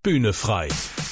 Bühne frei.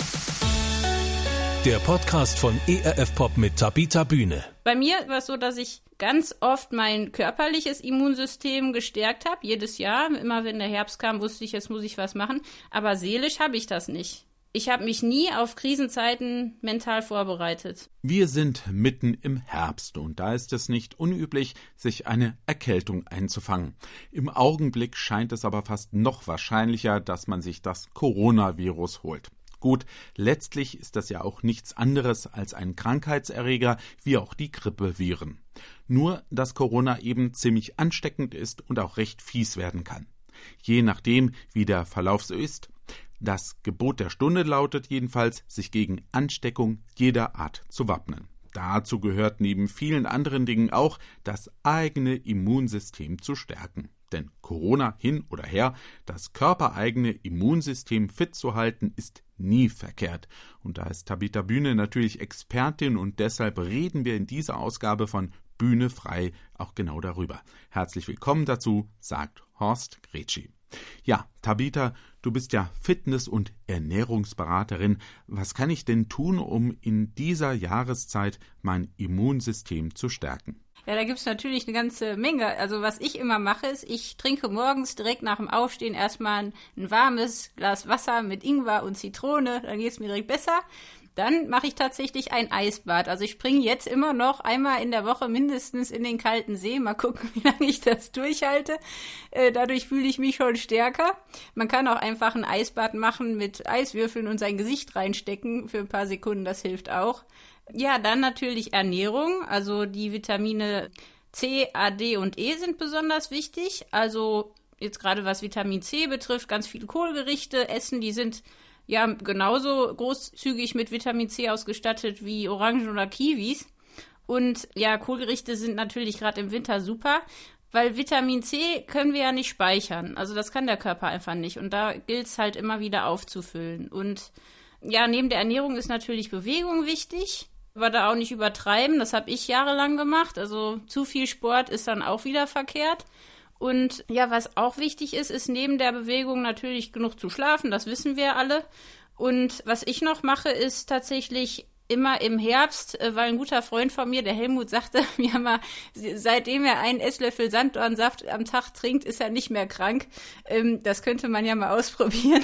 Der Podcast von ERF Pop mit Tabita Bühne. Bei mir war es so, dass ich ganz oft mein körperliches Immunsystem gestärkt habe, jedes Jahr. Immer wenn der Herbst kam, wusste ich, jetzt muss ich was machen. Aber seelisch habe ich das nicht. Ich habe mich nie auf Krisenzeiten mental vorbereitet. Wir sind mitten im Herbst und da ist es nicht unüblich, sich eine Erkältung einzufangen. Im Augenblick scheint es aber fast noch wahrscheinlicher, dass man sich das Coronavirus holt. Gut, letztlich ist das ja auch nichts anderes als ein Krankheitserreger, wie auch die Grippeviren. Nur, dass Corona eben ziemlich ansteckend ist und auch recht fies werden kann. Je nachdem, wie der Verlauf so ist. Das Gebot der Stunde lautet jedenfalls, sich gegen Ansteckung jeder Art zu wappnen. Dazu gehört neben vielen anderen Dingen auch, das eigene Immunsystem zu stärken. Denn Corona hin oder her, das körpereigene Immunsystem fit zu halten, ist nie verkehrt. Und da ist Tabita Bühne natürlich Expertin und deshalb reden wir in dieser Ausgabe von Bühne frei auch genau darüber. Herzlich willkommen dazu, sagt Horst Gretschi. Ja, Tabita, du bist ja Fitness- und Ernährungsberaterin. Was kann ich denn tun, um in dieser Jahreszeit mein Immunsystem zu stärken? Ja, da gibt's natürlich eine ganze Menge. Also was ich immer mache, ist, ich trinke morgens direkt nach dem Aufstehen erstmal ein warmes Glas Wasser mit Ingwer und Zitrone, dann geht's mir direkt besser. Dann mache ich tatsächlich ein Eisbad. Also ich springe jetzt immer noch einmal in der Woche mindestens in den kalten See. Mal gucken, wie lange ich das durchhalte. Dadurch fühle ich mich schon stärker. Man kann auch einfach ein Eisbad machen mit Eiswürfeln und sein Gesicht reinstecken für ein paar Sekunden. Das hilft auch. Ja, dann natürlich Ernährung. Also die Vitamine C, A, D und E sind besonders wichtig. Also jetzt gerade was Vitamin C betrifft, ganz viele Kohlgerichte essen. Die sind ja genauso großzügig mit Vitamin C ausgestattet wie Orangen oder Kiwis. Und ja, Kohlgerichte sind natürlich gerade im Winter super, weil Vitamin C können wir ja nicht speichern. Also das kann der Körper einfach nicht. Und da gilt es halt immer wieder aufzufüllen. Und ja, neben der Ernährung ist natürlich Bewegung wichtig, aber da auch nicht übertreiben. Das habe ich jahrelang gemacht. Also zu viel Sport ist dann auch wieder verkehrt. Und ja, was auch wichtig ist, ist neben der Bewegung natürlich genug zu schlafen, das wissen wir alle. Und was ich noch mache, ist tatsächlich immer im Herbst, weil ein guter Freund von mir, der Helmut, sagte mir mal, seitdem er einen Esslöffel Sanddornsaft am Tag trinkt, ist er nicht mehr krank. Das könnte man ja mal ausprobieren.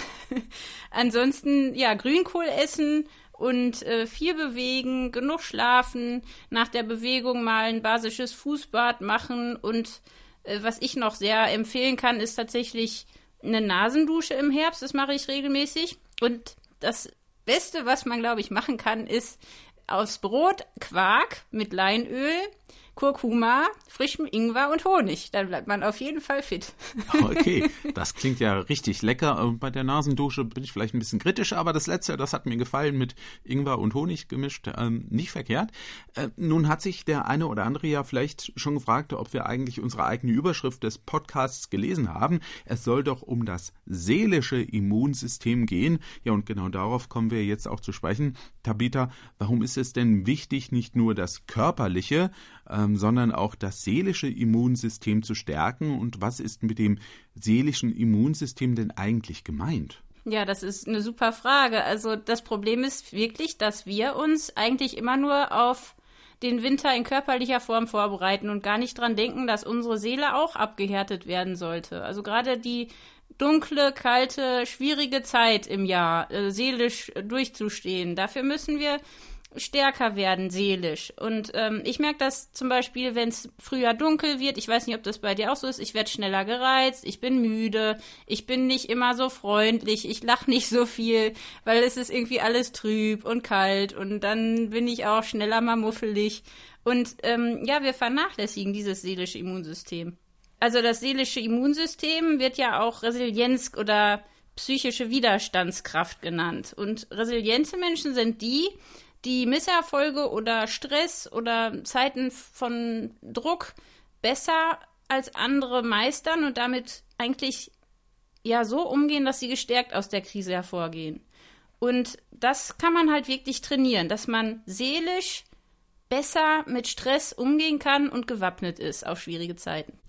Ansonsten, ja, Grünkohl essen und viel bewegen, genug schlafen, nach der Bewegung mal ein basisches Fußbad machen und was ich noch sehr empfehlen kann, ist tatsächlich eine Nasendusche im Herbst. Das mache ich regelmäßig. Und das Beste, was man, glaube ich, machen kann, ist aufs Brot Quark mit Leinöl, Kurkuma, frischem Ingwer und Honig. Dann bleibt man auf jeden Fall fit. Okay, das klingt ja richtig lecker. Bei der Nasendusche bin ich vielleicht ein bisschen kritisch, aber das Letzte, das hat mir gefallen, mit Ingwer und Honig gemischt, nicht verkehrt. Nun hat sich der eine oder andere ja vielleicht schon gefragt, ob wir eigentlich unsere eigene Überschrift des Podcasts gelesen haben. Es soll doch um das seelische Immunsystem gehen. Ja, und genau darauf kommen wir jetzt auch zu sprechen. Tabita, warum ist es denn wichtig, nicht nur das körperliche, sondern auch das seelische Immunsystem zu stärken? Und was ist mit dem seelischen Immunsystem denn eigentlich gemeint? Ja, das ist eine super Frage. Also das Problem ist wirklich, dass wir uns eigentlich immer nur auf den Winter in körperlicher Form vorbereiten und gar nicht dran denken, dass unsere Seele auch abgehärtet werden sollte. Also gerade die dunkle, kalte, schwierige Zeit im Jahr seelisch durchzustehen. Dafür müssen wir stärker werden, seelisch. Und ich merke das zum Beispiel, wenn es früher dunkel wird, ich weiß nicht, ob das bei dir auch so ist, ich werde schneller gereizt, ich bin müde, ich bin nicht immer so freundlich, ich lache nicht so viel, weil es ist irgendwie alles trüb und kalt und dann bin ich auch schneller mal muffelig. Und ja, wir vernachlässigen dieses seelische Immunsystem. Also das seelische Immunsystem wird ja auch Resilienz oder psychische Widerstandskraft genannt. Und resiliente Menschen sind die Misserfolge oder Stress oder Zeiten von Druck besser als andere meistern und damit eigentlich ja so umgehen, dass sie gestärkt aus der Krise hervorgehen. Und das kann man halt wirklich trainieren, dass man seelisch besser mit Stress umgehen kann und gewappnet ist auf schwierige Zeiten.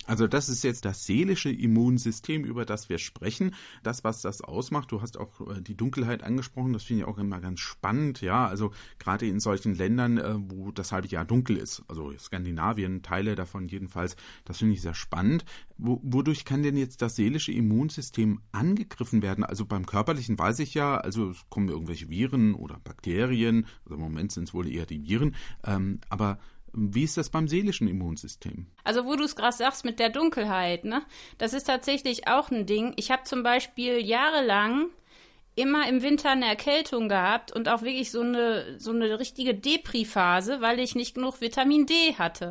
Also das ist jetzt das seelische Immunsystem, über das wir sprechen. Das, was das ausmacht, du hast auch die Dunkelheit angesprochen, das finde ich auch immer ganz spannend. Ja, also gerade in solchen Ländern, wo das halbe Jahr dunkel ist, also Skandinavien, Teile davon jedenfalls, das finde ich sehr spannend. Wodurch kann denn jetzt das seelische Immunsystem angegriffen werden? Also beim körperlichen weiß ich ja, also es kommen irgendwelche Viren oder Bakterien, also im Moment sind es wohl eher die Viren, aber wie ist das beim seelischen Immunsystem? Also wo du es gerade sagst mit der Dunkelheit, ne? Das ist tatsächlich auch ein Ding. Ich habe zum Beispiel jahrelang immer im Winter eine Erkältung gehabt und auch wirklich so eine richtige Depri-Phase, weil ich nicht genug Vitamin D hatte.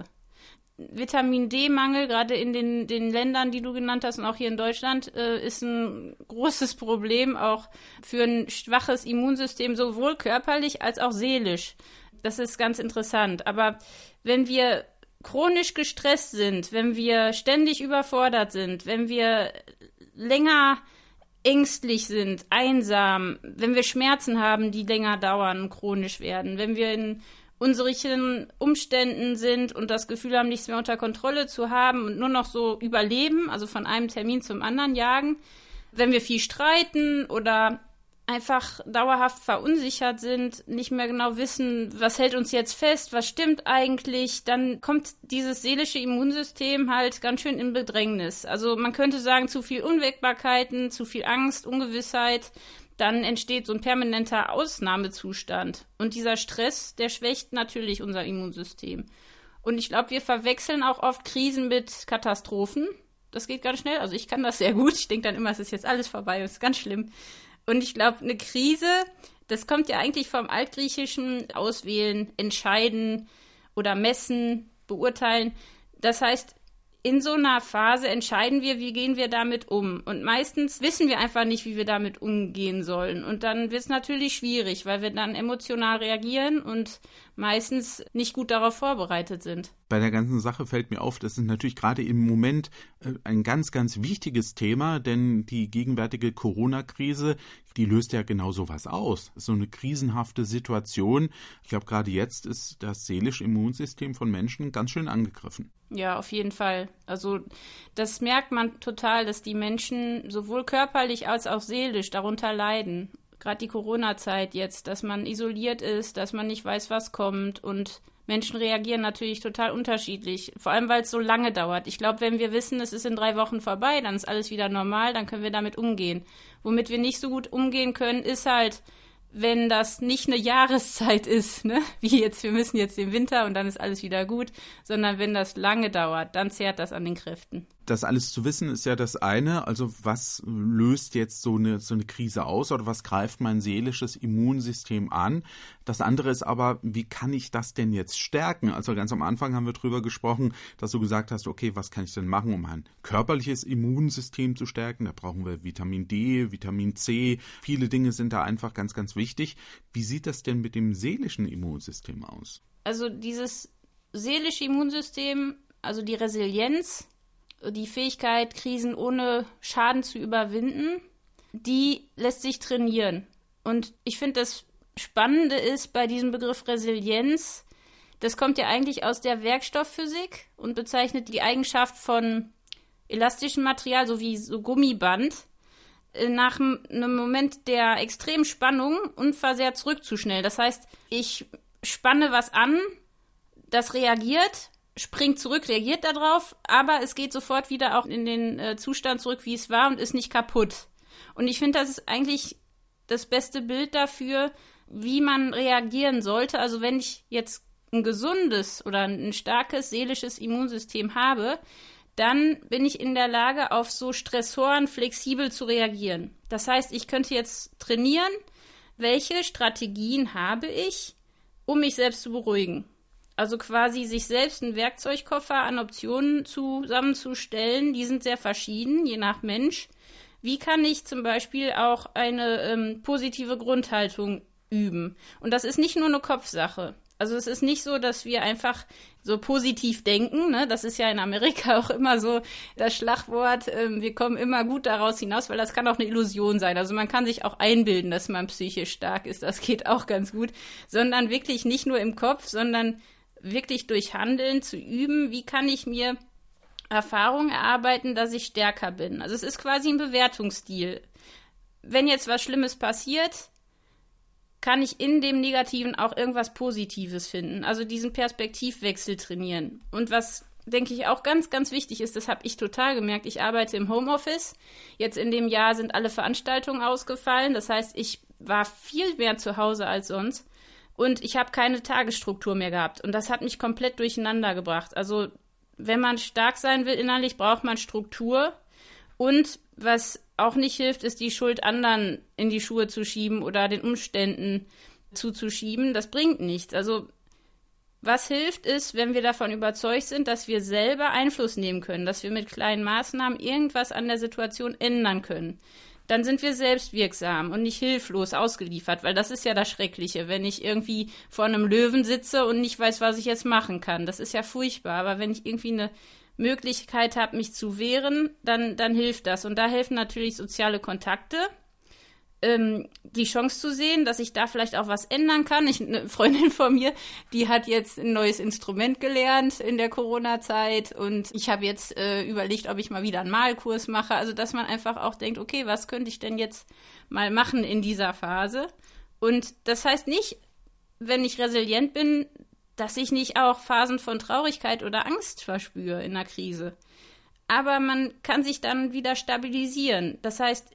Vitamin D-Mangel, gerade in den Ländern, die du genannt hast und auch hier in Deutschland, ist ein großes Problem auch für ein schwaches Immunsystem, sowohl körperlich als auch seelisch. Das ist ganz interessant. Aber wenn wir chronisch gestresst sind, wenn wir ständig überfordert sind, wenn wir länger ängstlich sind, einsam, wenn wir Schmerzen haben, die länger dauern und chronisch werden, wenn wir in unseren Umständen sind und das Gefühl haben, nichts mehr unter Kontrolle zu haben und nur noch so überleben, also von einem Termin zum anderen jagen, wenn wir viel streiten oder einfach dauerhaft verunsichert sind, nicht mehr genau wissen, was hält uns jetzt fest, was stimmt eigentlich, dann kommt dieses seelische Immunsystem halt ganz schön in Bedrängnis. Also man könnte sagen, zu viel Unwägbarkeiten, zu viel Angst, Ungewissheit, dann entsteht so ein permanenter Ausnahmezustand. Und dieser Stress, der schwächt natürlich unser Immunsystem. Und ich glaube, wir verwechseln auch oft Krisen mit Katastrophen. Das geht ganz schnell. Also ich kann das sehr gut. Ich denke dann immer, es ist jetzt alles vorbei, es ist ganz schlimm. Und ich glaube, eine Krise, das kommt ja eigentlich vom Altgriechischen auswählen, entscheiden oder messen, beurteilen. Das heißt, in so einer Phase entscheiden wir, wie gehen wir damit um. Und meistens wissen wir einfach nicht, wie wir damit umgehen sollen. Und dann wird es natürlich schwierig, weil wir dann emotional reagieren und meistens nicht gut darauf vorbereitet sind. Bei der ganzen Sache fällt mir auf, das ist natürlich gerade im Moment ein ganz, ganz wichtiges Thema, denn die gegenwärtige Corona-Krise, die löst ja genau sowas aus. So eine krisenhafte Situation. Ich glaube, gerade jetzt ist das seelische Immunsystem von Menschen ganz schön angegriffen. Ja, auf jeden Fall. Also das merkt man total, dass die Menschen sowohl körperlich als auch seelisch darunter leiden. Gerade die Corona-Zeit jetzt, dass man isoliert ist, dass man nicht weiß, was kommt und Menschen reagieren natürlich total unterschiedlich, vor allem, weil es so lange dauert. Ich glaube, wenn wir wissen, es ist in 3 Wochen vorbei, dann ist alles wieder normal, dann können wir damit umgehen. Womit wir nicht so gut umgehen können, ist halt, wenn das nicht eine Jahreszeit ist, ne, wie jetzt, wir müssen jetzt den Winter und dann ist alles wieder gut, sondern wenn das lange dauert, dann zehrt das an den Kräften. Das alles zu wissen ist ja das eine, also was löst jetzt so eine Krise aus oder was greift mein seelisches Immunsystem an? Das andere ist aber, wie kann ich das denn jetzt stärken? Also ganz am Anfang haben wir drüber gesprochen, dass du gesagt hast, okay, was kann ich denn machen, um mein körperliches Immunsystem zu stärken? Da brauchen wir Vitamin D, Vitamin C, viele Dinge sind da einfach ganz, ganz wichtig. Wie sieht das denn mit dem seelischen Immunsystem aus? Also dieses seelische Immunsystem, also die Resilienz, die Fähigkeit, Krisen ohne Schaden zu überwinden, die lässt sich trainieren. Und ich finde, das Spannende ist bei diesem Begriff Resilienz, das kommt ja eigentlich aus der Werkstoffphysik und bezeichnet die Eigenschaft von elastischem Material, so wie so Gummiband, nach einem Moment der extremen Spannung unversehrt zurückzuschnellen. Das heißt, ich spanne was an, das reagiert, springt zurück, reagiert darauf, aber es geht sofort wieder auch in den Zustand zurück, wie es war und ist nicht kaputt. Und ich finde, das ist eigentlich das beste Bild dafür, wie man reagieren sollte. Also wenn ich jetzt ein gesundes oder ein starkes seelisches Immunsystem habe, dann bin ich in der Lage, auf so Stressoren flexibel zu reagieren. Das heißt, ich könnte jetzt trainieren, welche Strategien habe ich, um mich selbst zu beruhigen. Also quasi sich selbst einen Werkzeugkoffer an Optionen zusammenzustellen, die sind sehr verschieden, je nach Mensch. Wie kann ich zum Beispiel auch eine positive Grundhaltung üben? Und das ist nicht nur eine Kopfsache. Also es ist nicht so, dass wir einfach so positiv denken, ne? Das ist ja in Amerika auch immer so das Schlagwort, wir kommen immer gut daraus hinaus, weil das kann auch eine Illusion sein. Also man kann sich auch einbilden, dass man psychisch stark ist, das geht auch ganz gut, sondern wirklich nicht nur im Kopf, sondern wirklich durch Handeln zu üben, wie kann ich mir Erfahrung erarbeiten, dass ich stärker bin. Also es ist quasi ein Bewertungsstil. Wenn jetzt was Schlimmes passiert, kann ich in dem Negativen auch irgendwas Positives finden. Also diesen Perspektivwechsel trainieren. Und was, denke ich, auch ganz, ganz wichtig ist, das habe ich total gemerkt, ich arbeite im Homeoffice. Jetzt in dem Jahr sind alle Veranstaltungen ausgefallen. Das heißt, ich war viel mehr zu Hause als sonst. Und ich habe keine Tagesstruktur mehr gehabt. Und das hat mich komplett durcheinander gebracht. Also wenn man stark sein will innerlich, braucht man Struktur. Und was auch nicht hilft, ist die Schuld anderen in die Schuhe zu schieben oder den Umständen zuzuschieben. Das bringt nichts. Also was hilft ist, wenn wir davon überzeugt sind, dass wir selber Einfluss nehmen können, dass wir mit kleinen Maßnahmen irgendwas an der Situation ändern können. Dann sind wir selbstwirksam und nicht hilflos ausgeliefert, weil das ist ja das Schreckliche, wenn ich irgendwie vor einem Löwen sitze und nicht weiß, was ich jetzt machen kann. Das ist ja furchtbar, aber wenn ich irgendwie eine Möglichkeit habe, mich zu wehren, dann hilft das. Und da helfen natürlich soziale Kontakte, die Chance zu sehen, dass ich da vielleicht auch was ändern kann. Eine Freundin von mir, die hat jetzt ein neues Instrument gelernt in der Corona-Zeit und ich habe jetzt überlegt, ob ich mal wieder einen Malkurs mache. Also dass man einfach auch denkt, okay, was könnte ich denn jetzt mal machen in dieser Phase? Und das heißt nicht, wenn ich resilient bin, dass ich nicht auch Phasen von Traurigkeit oder Angst verspüre in einer Krise. Aber man kann sich dann wieder stabilisieren. Das heißt,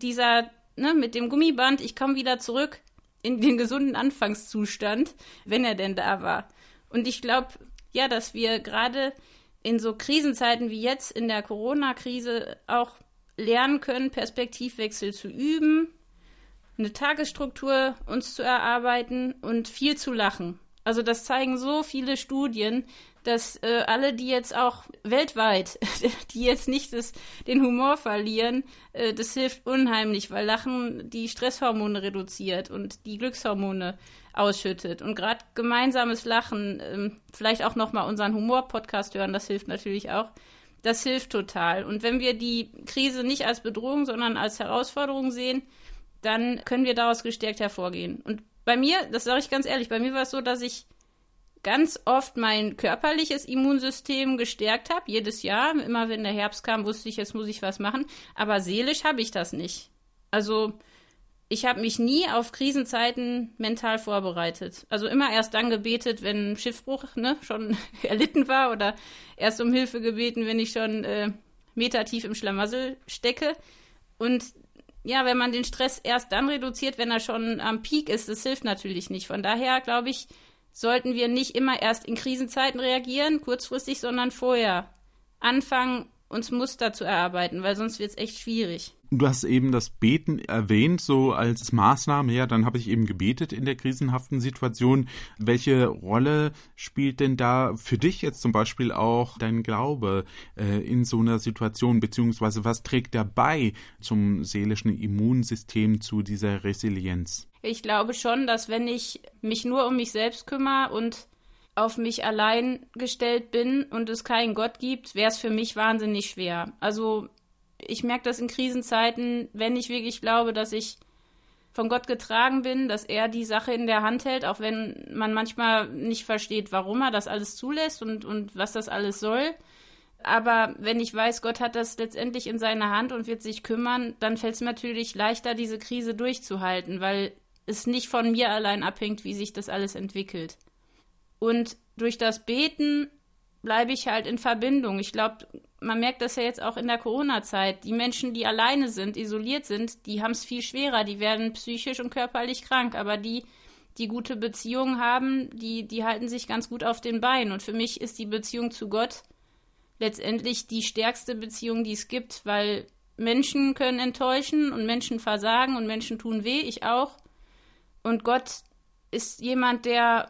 mit dem Gummiband, ich komme wieder zurück in den gesunden Anfangszustand, wenn er denn da war. Und ich glaube, ja, dass wir gerade in so Krisenzeiten wie jetzt in der Corona-Krise auch lernen können, Perspektivwechsel zu üben, eine Tagesstruktur uns zu erarbeiten und viel zu lachen. Also das zeigen so viele Studien, dass alle, die jetzt auch weltweit, die jetzt nicht den Humor verlieren, das hilft unheimlich, weil Lachen die Stresshormone reduziert und die Glückshormone ausschüttet. Und gerade gemeinsames Lachen, vielleicht auch nochmal unseren Humor-Podcast hören, das hilft natürlich auch. Das hilft total. Und wenn wir die Krise nicht als Bedrohung, sondern als Herausforderung sehen, dann können wir daraus gestärkt hervorgehen. Und bei mir, das sage ich ganz ehrlich, bei mir war es so, dass ich ganz oft mein körperliches Immunsystem gestärkt habe, jedes Jahr. Immer wenn der Herbst kam, wusste ich, jetzt muss ich was machen. Aber seelisch habe ich das nicht. Also ich habe mich nie auf Krisenzeiten mental vorbereitet. Also immer erst dann gebetet, wenn ein Schiffbruch schon erlitten war oder erst um Hilfe gebeten, wenn ich schon metertief im Schlamassel stecke. Und ja, wenn man den Stress erst dann reduziert, wenn er schon am Peak ist, das hilft natürlich nicht. Von daher, glaube ich, sollten wir nicht immer erst in Krisenzeiten reagieren, kurzfristig, sondern vorher anfangen, uns Muster zu erarbeiten, weil sonst wird es echt schwierig. Du hast eben das Beten erwähnt, so als Maßnahme. Ja, dann habe ich eben gebetet in der krisenhaften Situation. Welche Rolle spielt denn da für dich jetzt zum Beispiel auch dein Glaube in so einer Situation, beziehungsweise was trägt da bei zum seelischen Immunsystem, zu dieser Resilienz? Ich glaube schon, dass wenn ich mich nur um mich selbst kümmere und auf mich allein gestellt bin und es keinen Gott gibt, wäre es für mich wahnsinnig schwer. Also ich merke das in Krisenzeiten, wenn ich wirklich glaube, dass ich von Gott getragen bin, dass er die Sache in der Hand hält, auch wenn man manchmal nicht versteht, warum er das alles zulässt und was das alles soll. Aber wenn ich weiß, Gott hat das letztendlich in seiner Hand und wird sich kümmern, dann fällt es mir natürlich leichter, diese Krise durchzuhalten, weil es nicht von mir allein abhängt, wie sich das alles entwickelt. Und durch das Beten bleibe ich halt in Verbindung. Ich glaube, man merkt das ja jetzt auch in der Corona-Zeit. Die Menschen, die alleine sind, isoliert sind, die haben es viel schwerer. Die werden psychisch und körperlich krank. Aber die gute Beziehungen haben, die halten sich ganz gut auf den Beinen. Und für mich ist die Beziehung zu Gott letztendlich die stärkste Beziehung, die es gibt. Weil Menschen können enttäuschen und Menschen versagen und Menschen tun weh, ich auch. Und Gott ist jemand, der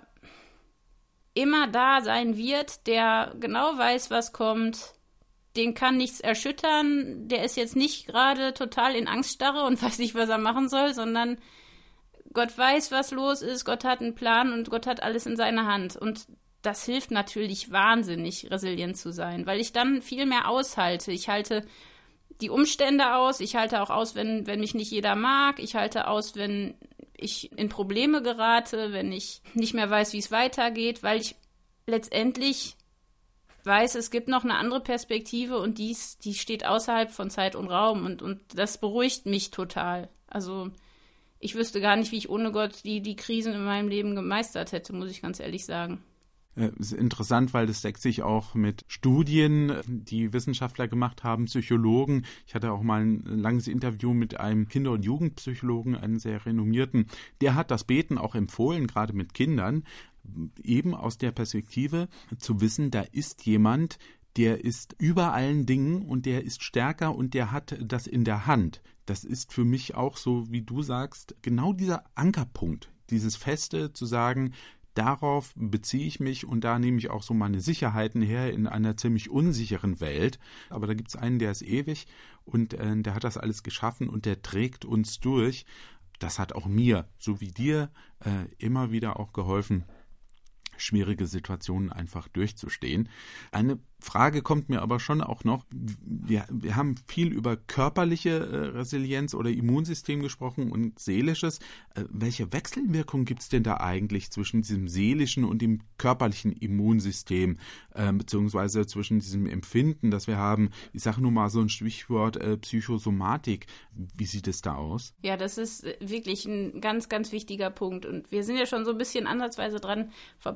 immer da sein wird, der genau weiß, was kommt, den kann nichts erschüttern, der ist jetzt nicht gerade total in Angststarre und weiß nicht, was er machen soll, sondern Gott weiß, was los ist, Gott hat einen Plan und Gott hat alles in seiner Hand. Und das hilft natürlich wahnsinnig, resilient zu sein, weil ich dann viel mehr aushalte. Ich halte die Umstände aus, ich halte auch aus, wenn mich nicht jeder mag, ich halte aus, wenn ich in Probleme gerate, wenn ich nicht mehr weiß, wie es weitergeht, weil ich letztendlich weiß, es gibt noch eine andere Perspektive und die steht außerhalb von Zeit und Raum und das beruhigt mich total. Also ich wüsste gar nicht, wie ich ohne Gott die Krisen in meinem Leben gemeistert hätte, muss ich ganz ehrlich sagen. Ist interessant, weil das deckt sich auch mit Studien, die Wissenschaftler gemacht haben, Psychologen. Ich hatte auch mal ein langes Interview mit einem Kinder- und Jugendpsychologen, einen sehr renommierten. Der hat das Beten auch empfohlen, gerade mit Kindern, eben aus der Perspektive zu wissen, da ist jemand, der ist über allen Dingen und der ist stärker und der hat das in der Hand. Das ist für mich auch so, wie du sagst, genau dieser Ankerpunkt, dieses Feste zu sagen, darauf beziehe ich mich und da nehme ich auch so meine Sicherheiten her in einer ziemlich unsicheren Welt. Aber da gibt es einen, der ist ewig und der hat das alles geschaffen und der trägt uns durch. Das hat auch mir, so wie dir, immer wieder auch geholfen, schwierige Situationen einfach durchzustehen. Eine Frage kommt mir aber schon auch noch. Wir haben viel über körperliche Resilienz oder Immunsystem gesprochen und seelisches. Welche Wechselwirkung gibt es denn da eigentlich zwischen diesem seelischen und dem körperlichen Immunsystem, beziehungsweise zwischen diesem Empfinden, das wir haben? Ich sage nur mal so ein Stichwort Psychosomatik. Wie sieht es da aus? Ja, das ist wirklich ein ganz, ganz wichtiger Punkt. Und wir sind ja schon so ein bisschen ansatzweise dran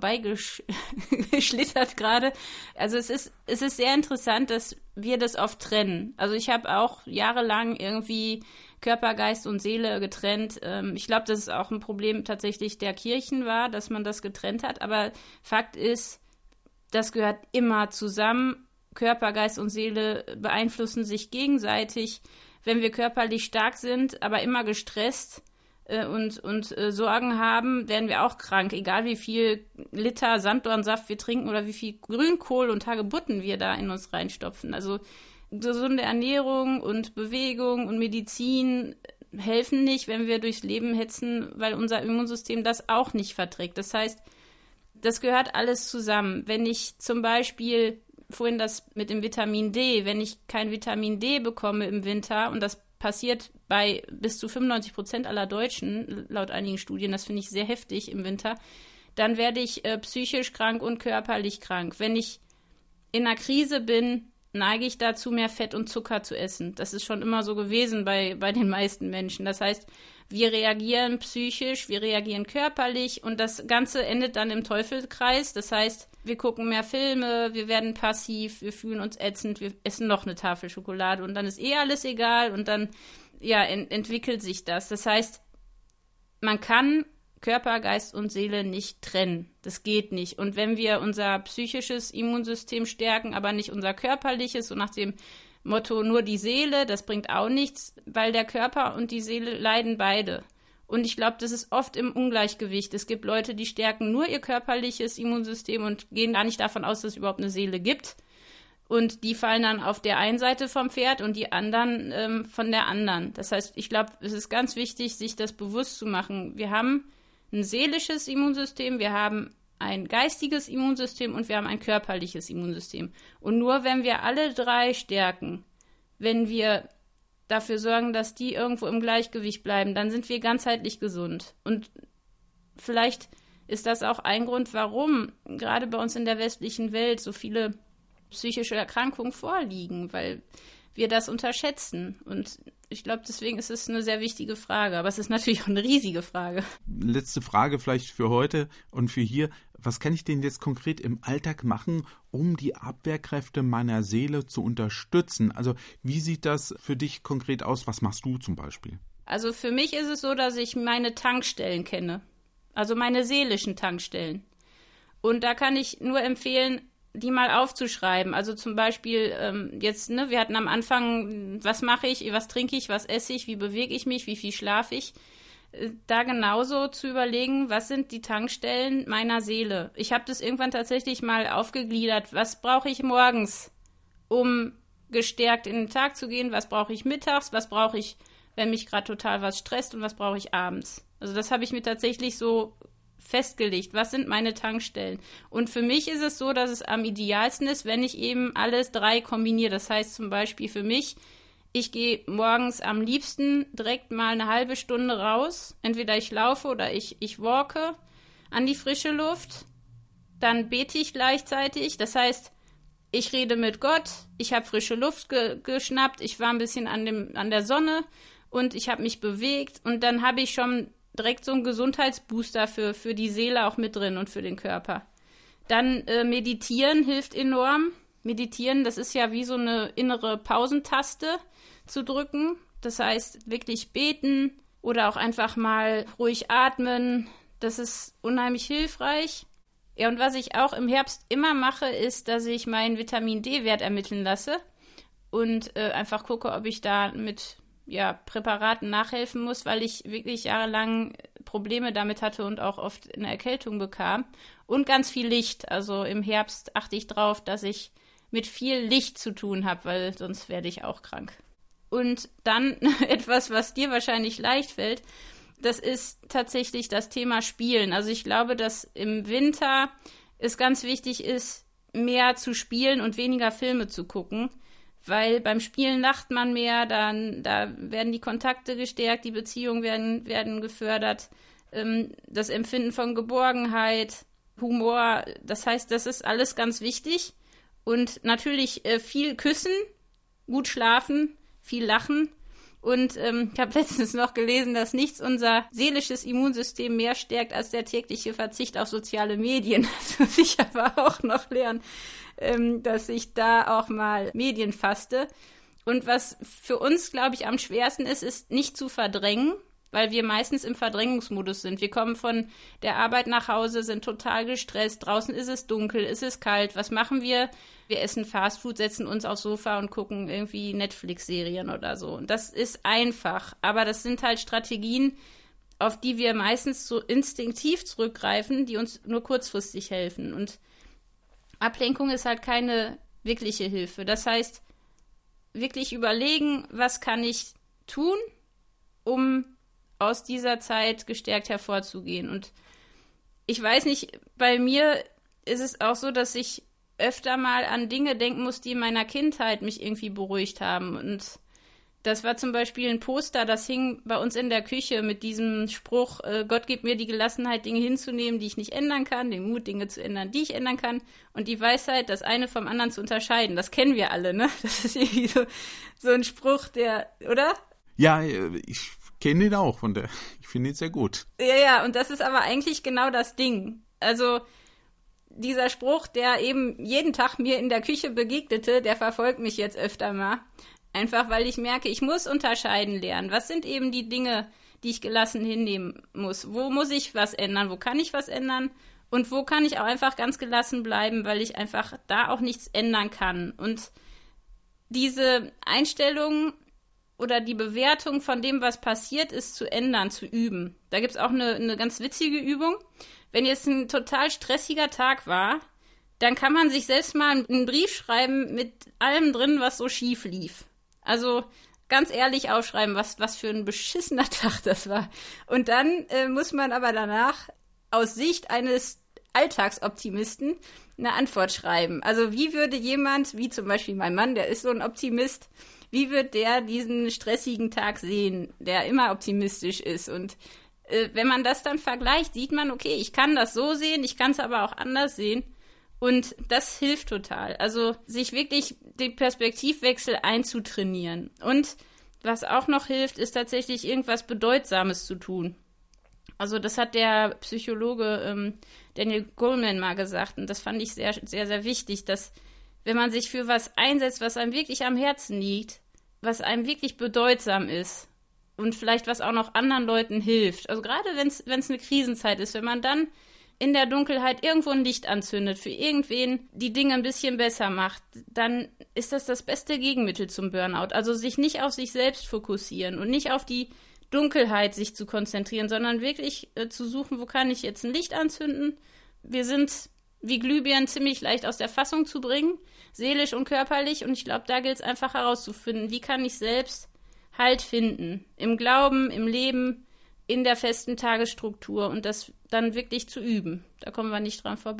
vorbeigeschlittert gerade. Also es ist sehr interessant, dass wir das oft trennen. Also ich habe auch jahrelang irgendwie Körper, Geist und Seele getrennt. Ich glaube, dass es auch ein Problem tatsächlich der Kirchen war, dass man das getrennt hat. Aber Fakt ist, das gehört immer zusammen. Körper, Geist und Seele beeinflussen sich gegenseitig. Wenn wir körperlich stark sind, aber immer gestresst und Sorgen haben, werden wir auch krank, egal wie viel Liter Sanddornsaft wir trinken oder wie viel Grünkohl und Hagebutten wir da in uns reinstopfen. Also gesunde Ernährung und Bewegung und Medizin helfen nicht, wenn wir durchs Leben hetzen, weil unser Immunsystem das auch nicht verträgt. Das heißt, das gehört alles zusammen. Wenn ich zum Beispiel, vorhin das mit dem Vitamin D, wenn ich kein Vitamin D bekomme im Winter, und das passiert bei bis zu 95% aller Deutschen, laut einigen Studien, das finde ich sehr heftig im Winter, dann werde ich psychisch krank und körperlich krank. Wenn ich in einer Krise bin, neige ich dazu, mehr Fett und Zucker zu essen. Das ist schon immer so gewesen bei den meisten Menschen. Das heißt, wir reagieren psychisch, wir reagieren körperlich und das Ganze endet dann im Teufelskreis. Das heißt, wir gucken mehr Filme, wir werden passiv, wir fühlen uns ätzend, wir essen noch eine Tafel Schokolade und dann ist alles egal und dann entwickelt sich das. Das heißt, man kann Körper, Geist und Seele nicht trennen. Das geht nicht. Und wenn wir unser psychisches Immunsystem stärken, aber nicht unser körperliches, so nach dem Motto nur die Seele, das bringt auch nichts, weil der Körper und die Seele leiden beide. Und ich glaube, das ist oft im Ungleichgewicht. Es gibt Leute, die stärken nur ihr körperliches Immunsystem und gehen gar nicht davon aus, dass es überhaupt eine Seele gibt. Und die fallen dann auf der einen Seite vom Pferd und die anderen von der anderen. Das heißt, ich glaube, es ist ganz wichtig, sich das bewusst zu machen. Wir haben ein seelisches Immunsystem, wir haben ein geistiges Immunsystem und wir haben ein körperliches Immunsystem. Und nur wenn wir alle drei stärken, wenn wir dafür sorgen, dass die irgendwo im Gleichgewicht bleiben, dann sind wir ganzheitlich gesund. Und vielleicht ist das auch ein Grund, warum gerade bei uns in der westlichen Welt so viele psychische Erkrankungen vorliegen, weil wir das unterschätzen. Und ich glaube, deswegen ist es eine sehr wichtige Frage. Aber es ist natürlich auch eine riesige Frage. Letzte Frage vielleicht für heute und für hier. Was kann ich denn jetzt konkret im Alltag machen, um die Abwehrkräfte meiner Seele zu unterstützen? Also wie sieht das für dich konkret aus? Was machst du zum Beispiel? Also für mich ist es so, dass ich meine Tankstellen kenne. Also meine seelischen Tankstellen. Und da kann ich nur empfehlen, die mal aufzuschreiben. Also zum Beispiel wir hatten am Anfang, was mache ich, was trinke ich, was esse ich, wie bewege ich mich, wie viel schlafe ich. Da genauso zu überlegen, was sind die Tankstellen meiner Seele. Ich habe das irgendwann tatsächlich mal aufgegliedert. Was brauche ich morgens, um gestärkt in den Tag zu gehen? Was brauche ich mittags? Was brauche ich, wenn mich gerade total was stresst? Und was brauche ich abends? Also das habe ich mir tatsächlich so festgelegt, was sind meine Tankstellen. Und für mich ist es so, dass es am idealsten ist, wenn ich eben alles drei kombiniere. Das heißt zum Beispiel für mich, ich gehe morgens am liebsten direkt mal eine halbe Stunde raus. Entweder ich laufe oder ich walke an die frische Luft. Dann bete ich gleichzeitig. Das heißt, ich rede mit Gott, ich habe frische Luft geschnappt, ich war ein bisschen an der Sonne und ich habe mich bewegt und dann habe ich schon direkt so einen Gesundheitsbooster für die Seele auch mit drin und für den Körper. Dann meditieren hilft enorm. Meditieren, das ist ja wie so eine innere Pausentaste zu drücken. Das heißt, wirklich beten oder auch einfach mal ruhig atmen. Das ist unheimlich hilfreich. Ja, und was ich auch im Herbst immer mache, ist, dass ich meinen Vitamin-D-Wert ermitteln lasse und einfach gucke, ob ich da mit Präparaten nachhelfen muss, weil ich wirklich jahrelang Probleme damit hatte und auch oft eine Erkältung bekam. Und ganz viel Licht. Also im Herbst achte ich drauf, dass ich mit viel Licht zu tun habe, weil sonst werde ich auch krank. Und dann etwas, was dir wahrscheinlich leicht fällt, das ist tatsächlich das Thema Spielen. Also ich glaube, dass im Winter es ganz wichtig ist, mehr zu spielen und weniger Filme zu gucken, weil beim Spielen lacht man mehr, da werden die Kontakte gestärkt, die Beziehungen werden gefördert, das Empfinden von Geborgenheit, Humor, das heißt, das ist alles ganz wichtig. Und natürlich viel küssen, gut schlafen, viel lachen. Und ich habe letztens noch gelesen, dass nichts unser seelisches Immunsystem mehr stärkt als der tägliche Verzicht auf soziale Medien. Das muss ich aber auch noch lernen, dass ich da auch mal Medien faste. Und was für uns, glaube ich, am schwersten ist nicht zu verdrängen, weil wir meistens im Verdrängungsmodus sind. Wir kommen von der Arbeit nach Hause, sind total gestresst. Draußen ist es dunkel, ist es kalt. Was machen wir? Wir essen Fastfood, setzen uns aufs Sofa und gucken irgendwie Netflix-Serien oder so. Und das ist einfach. Aber das sind halt Strategien, auf die wir meistens so instinktiv zurückgreifen, die uns nur kurzfristig helfen. Und Ablenkung ist halt keine wirkliche Hilfe. Das heißt, wirklich überlegen, was kann ich tun, um aus dieser Zeit gestärkt hervorzugehen. Und ich weiß nicht, bei mir ist es auch so, dass ich öfter mal an Dinge denken muss, die in meiner Kindheit mich irgendwie beruhigt haben. Und das war zum Beispiel ein Poster, das hing bei uns in der Küche mit diesem Spruch, Gott gibt mir die Gelassenheit, Dinge hinzunehmen, die ich nicht ändern kann, den Mut, Dinge zu ändern, die ich ändern kann, und die Weisheit, das eine vom anderen zu unterscheiden. Das kennen wir alle, ne? Das ist irgendwie so ein Spruch, oder? Ja, ich kenne den auch ich finde ihn sehr gut. Ja, und das ist aber eigentlich genau das Ding. Also dieser Spruch, der eben jeden Tag mir in der Küche begegnete, der verfolgt mich jetzt öfter mal. Einfach weil ich merke, ich muss unterscheiden lernen. Was sind eben die Dinge, die ich gelassen hinnehmen muss? Wo muss ich was ändern? Wo kann ich was ändern? Und wo kann ich auch einfach ganz gelassen bleiben, weil ich einfach da auch nichts ändern kann? Und diese Einstellung oder die Bewertung von dem, was passiert ist, zu ändern, zu üben. Da gibt es auch eine ganz witzige Übung. Wenn jetzt ein total stressiger Tag war, dann kann man sich selbst mal einen Brief schreiben mit allem drin, was so schief lief. Also ganz ehrlich aufschreiben, was für ein beschissener Tag das war. Und dann muss man aber danach aus Sicht eines Alltagsoptimisten eine Antwort schreiben. Also wie würde jemand, wie zum Beispiel mein Mann, der ist so ein Optimist, wie wird der diesen stressigen Tag sehen, der immer optimistisch ist? Und wenn man das dann vergleicht, sieht man, okay, ich kann das so sehen, ich kann es aber auch anders sehen. Und das hilft total. Also sich wirklich den Perspektivwechsel einzutrainieren. Und was auch noch hilft, ist tatsächlich irgendwas Bedeutsames zu tun. Also das hat der Psychologe Daniel Goleman mal gesagt. Und das fand ich sehr, sehr, sehr wichtig, dass wenn man sich für was einsetzt, was einem wirklich am Herzen liegt, was einem wirklich bedeutsam ist und vielleicht was auch noch anderen Leuten hilft. Also gerade wenn es eine Krisenzeit ist, wenn man dann in der Dunkelheit irgendwo ein Licht anzündet, für irgendwen die Dinge ein bisschen besser macht, dann ist das beste Gegenmittel zum Burnout. Also sich nicht auf sich selbst fokussieren und nicht auf die Dunkelheit sich zu konzentrieren, sondern wirklich zu suchen, wo kann ich jetzt ein Licht anzünden. Wir sind wie Glühbirnen ziemlich leicht aus der Fassung zu bringen, seelisch und körperlich. Und ich glaube, da gilt es einfach herauszufinden, wie kann ich selbst Halt finden. Im Glauben, im Leben, in der festen Tagesstruktur und das dann wirklich zu üben. Da kommen wir nicht dran vorbei.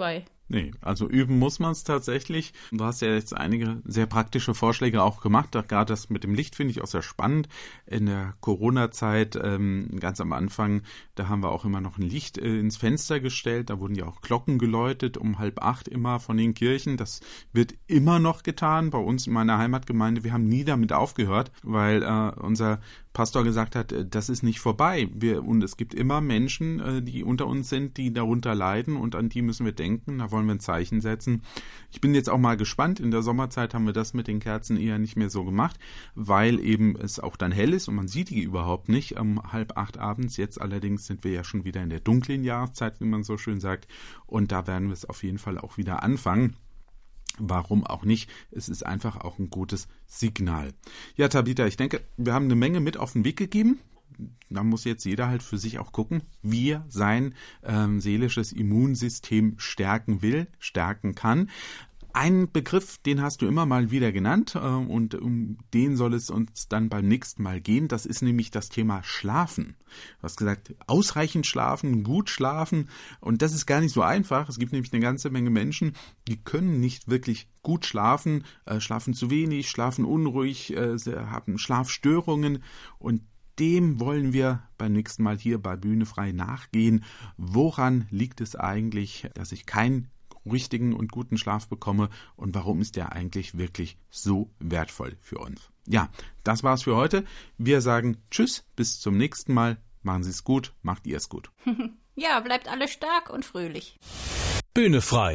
Nee, also üben muss man es tatsächlich. Du hast ja jetzt einige sehr praktische Vorschläge auch gemacht. Gerade das mit dem Licht finde ich auch sehr spannend. In der Corona-Zeit, ganz am Anfang, da haben wir auch immer noch ein Licht ins Fenster gestellt. Da wurden ja auch Glocken geläutet um 7:30 immer von den Kirchen. Das wird immer noch getan bei uns in meiner Heimatgemeinde. Wir haben nie damit aufgehört, weil unser Pastor gesagt hat, das ist nicht vorbei. Und es gibt immer Menschen, die unter uns sind, die darunter leiden und an die müssen wir denken. Da wollen wir ein Zeichen setzen. Ich bin jetzt auch mal gespannt. In der Sommerzeit haben wir das mit den Kerzen eher nicht mehr so gemacht, weil eben es auch dann hell ist und man sieht die überhaupt nicht um 7:30 abends. Jetzt allerdings sind wir ja schon wieder in der dunklen Jahreszeit, wie man so schön sagt. Und da werden wir es auf jeden Fall auch wieder anfangen. Warum auch nicht? Es ist einfach auch ein gutes Signal. Ja, Tabitha, ich denke, wir haben eine Menge mit auf den Weg gegeben. Da muss jetzt jeder halt für sich auch gucken, wie er sein seelisches Immunsystem stärken kann. Ein Begriff, den hast du immer mal wieder genannt und um den soll es uns dann beim nächsten Mal gehen. Das ist nämlich das Thema Schlafen. Du hast gesagt, ausreichend schlafen, gut schlafen und das ist gar nicht so einfach. Es gibt nämlich eine ganze Menge Menschen, die können nicht wirklich gut schlafen, schlafen zu wenig, schlafen unruhig, haben Schlafstörungen und dem wollen wir beim nächsten Mal hier bei Bühne frei nachgehen. Woran liegt es eigentlich, dass ich keinen richtigen und guten Schlaf bekomme und warum ist der eigentlich wirklich so wertvoll für uns? Ja, das war's für heute. Wir sagen Tschüss, bis zum nächsten Mal. Machen Sie es gut, macht ihr es gut. Ja, bleibt alle stark und fröhlich. Bühne frei.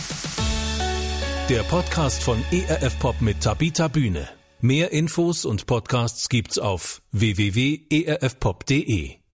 Der Podcast von ERF Pop mit Tabitha Bühne. Mehr Infos und Podcasts gibt's auf www.erfpop.de.